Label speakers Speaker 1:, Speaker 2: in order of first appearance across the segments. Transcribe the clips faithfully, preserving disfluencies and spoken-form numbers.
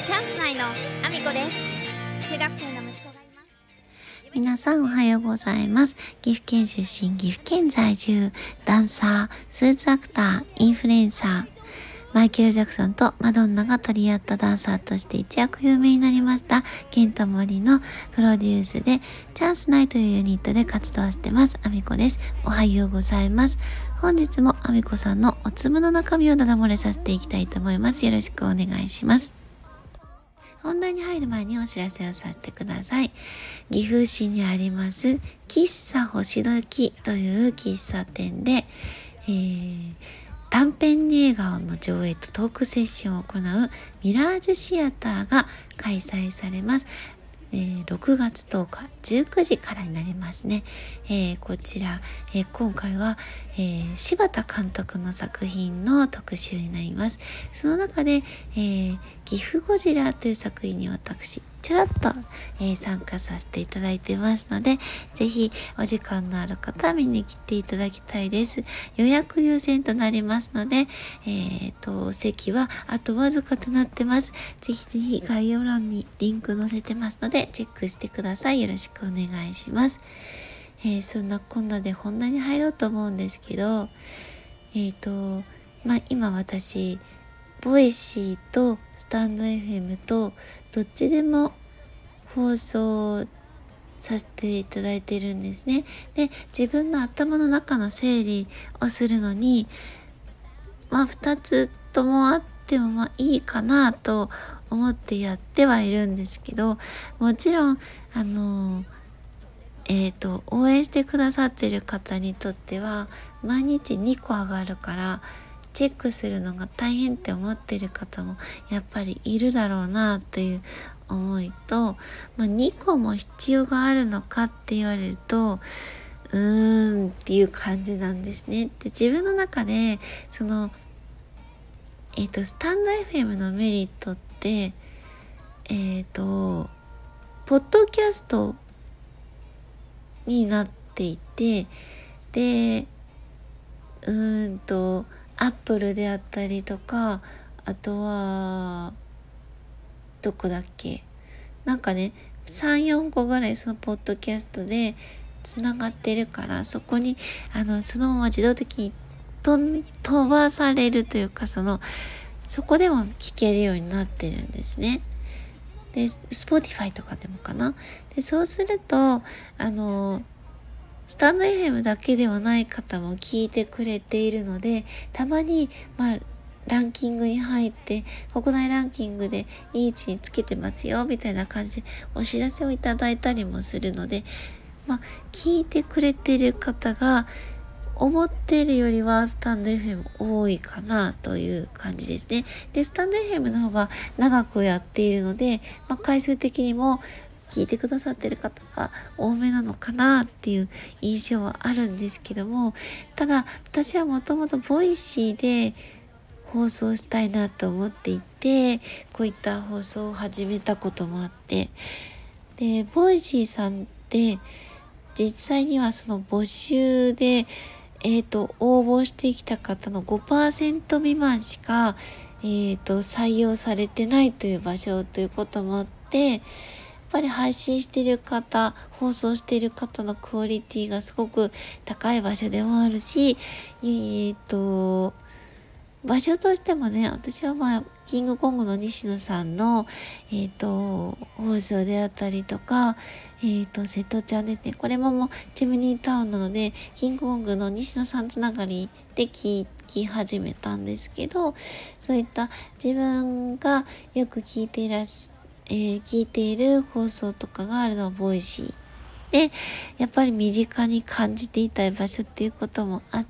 Speaker 1: チャンス内のアミコです。中学生の息子がいます。
Speaker 2: 皆さんおはようございます。岐阜県出身、岐阜県在住、ダンサー、スーツアクター、インフルエンサー、マイケル・ジャクソンとマドンナが取り合ったダンサーとして一躍有名になりましたケント・モリのプロデュースでチャンスナイというユニットで活動してますアミコです。おはようございます。本日もアミコさんのおつむの中身をダダ漏れさせていきたいと思います。よろしくお願いします。本題に入る前にお知らせをさせてください。岐阜市にあります喫茶星時という喫茶店で、えー短編映画の上映とトークセッションを行うミラージュシアターが開催されます。えー、ろくがつとおかじゅうくじからになりますね。えー、こちら、えー、今回は、えー、柴田監督の作品の特集になります。その中で、えー、岐阜ゴジラという作品に私ちょろっと、えー、参加させていただいてますので、ぜひお時間のある方は見に来ていただきたいです。予約優先となりますので、えー、と席はあとわずかとなってます。ぜひぜひ概要欄にリンク載せてますのでチェックしてください。よろしくお願いします。えー、そんなこんなで本題に入ろうと思うんですけど、えっ、とまあ今私ボイシーとスタンド エフエム とどっちでも放送させていただいているんですね。で、自分の頭の中の整理をするのに、まあ二つともあってもまあいいかなと思ってやってはいるんですけど、もちろんあのえっと応援してくださっている方にとっては毎日にこ上がるからチェックするのが大変って思ってる方もやっぱりいるだろうなという思いと、まあ、にこも必要があるのかって言われるとうーんっていう感じなんですね。で、自分の中でそのえっ、とスタンド エフエム のメリットってえっ、とポッドキャストになっていて、でうーんとアップルであったりとか、あとはどこだっけ、なんかね さん,よん 個ぐらいそのポッドキャストでつながってるから、そこにあのそのまま自動的にと飛ばされるというか、そのそこでも聞けるようになってるんですね。で Spotify とかでもかな。でそうするとあのスタンド エフエム だけではない方も聞いてくれているので、たまにまあランキングに入って国内ランキングでいい位置につけてますよみたいな感じでお知らせをいただいたりもするので、まあ聞いてくれている方が思っているよりはスタンド エフエム 多いかなという感じですね。でスタンド エフエム の方が長くやっているので、まあ、回数的にも聞いてくださっている方が多めなのかなっていう印象はあるんですけども、ただ私はもともとボイシーで放送したいなと思っていて、こういった放送を始めたこともあって、でボイシーさんって実際にはその募集でえっと応募してきた方の ごパーセント 未満しかえっと採用されてないという場所ということもあって、やっぱり配信している方、放送している方のクオリティがすごく高い場所でもあるし、えっと場所としてもね、私はまあキングコングの西野さんのえっと放送であったりとか、えっと瀬戸ちゃんですね、これももうチムニータウンなのでキングコングの西野さんつながりで聞き始めたんですけど、そういった自分がよく聞いていらっしゃえー、聞いている放送とかがあるのはボイシーで、やっぱり身近に感じていたい場所っていうこともあって、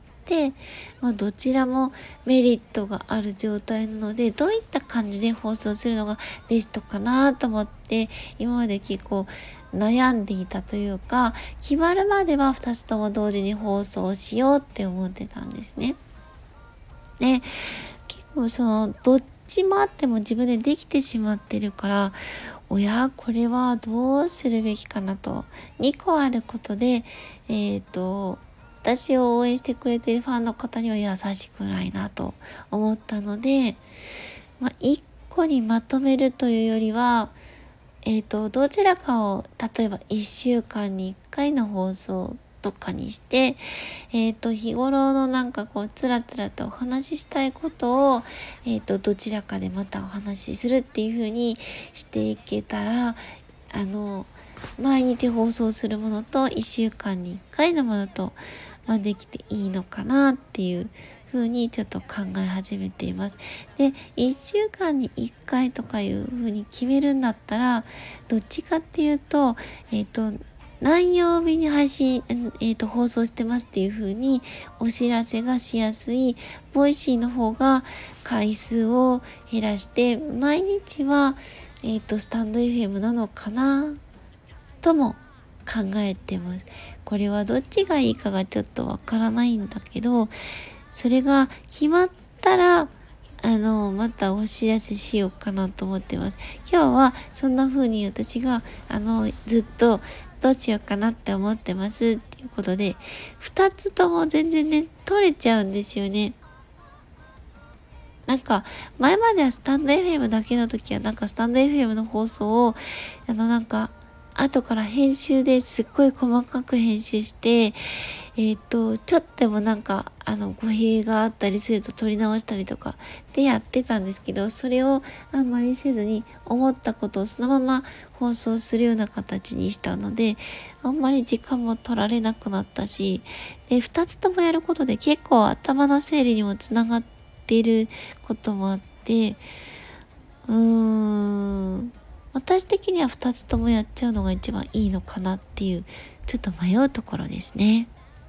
Speaker 2: まあ、どちらもメリットがある状態なので、どういった感じで放送するのがベストかなと思って今まで結構悩んでいたというか、決まるまではふたつとも同時に放送しようって思ってたんですね。で結構そのどっちもあっても自分でできてしまってるから、おやこれはどうするべきかなと。にこあることでえっと私を応援してくれているファンの方には優しくないなと思ったので、まあ、いっ個にまとめるというよりは、えっと、どちらかを、例えばいっしゅうかんにいっかいの放送とかにして、えっと、日頃のなんかこう、つらつらとお話ししたいことを、えっと、どちらかでまたお話しするっていう風にしていけたら、あの、毎日放送するものといっしゅうかんにいっかいのものと、まあ、できていいのかなっていう風にちょっと考え始めています。で、いっしゅうかんにいっかいとかいう風に決めるんだったら、どっちかっていうと、えっと、何曜日に配信、えっと、放送してますっていう風にお知らせがしやすい、ボイシーの方が回数を減らして、毎日は、えっと、スタンド エフエム なのかなとも考えてます。これはどっちがいいかがちょっとわからないんだけど、それが決まったら、あの、またお知らせしようかなと思ってます。今日はそんな風に私が、あの、ずっとどうしようかなって思ってますっていうことで、二つとも全然ね、取れちゃうんですよね。なんか、前まではスタンド エフエム だけの時は、なんかスタンド エフエム の放送を、あのなんか、後から編集ですっごい細かく編集して、えっと、ちょっとでもなんか、あの、語弊があったりすると撮り直したりとかでやってたんですけど、それをあんまりせずに思ったことをそのまま放送するような形にしたので、あんまり時間も取られなくなったし、で、二つともやることで結構頭の整理にもつながっていることもあって、うーん、私的には二つともやっちゃうのが一番いいのかなっていう、ちょっと迷うところですね。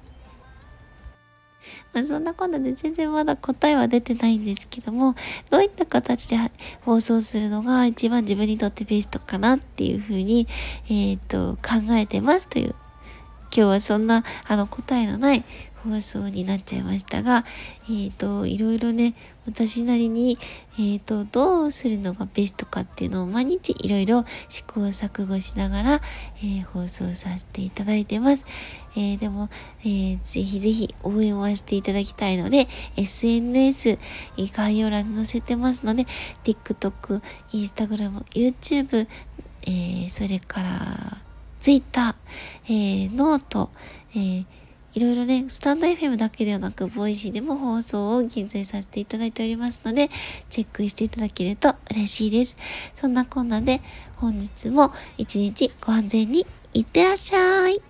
Speaker 2: まあ、そんなことで全然まだ答えは出てないんですけども、どういった形で放送するのが一番自分にとってベストかなっていうふうに、えっと、考えてますという、今日はそんなあの答えのない放送になっちゃいましたが、えっと、いろいろね、私なりに、えっと、どうするのがベストかっていうのを毎日いろいろ試行錯誤しながら、えー、放送させていただいてます。えー、でも、えー、ぜひぜひ応援はしていただきたいので、エスエヌエス、概要欄に載せてますので、TikTok、Instagram、YouTube、えー、それから、Twitter、えー、ノート、えーいろいろね、スタンド エフエム だけではなく、ボイシーでも放送を現在させていただいておりますので、チェックしていただけると嬉しいです。そんなこんなで、本日も一日ご安全にいってらっしゃい。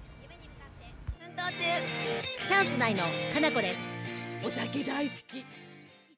Speaker 1: 奮闘中、チャンス内のかなこです。
Speaker 3: お酒大好き。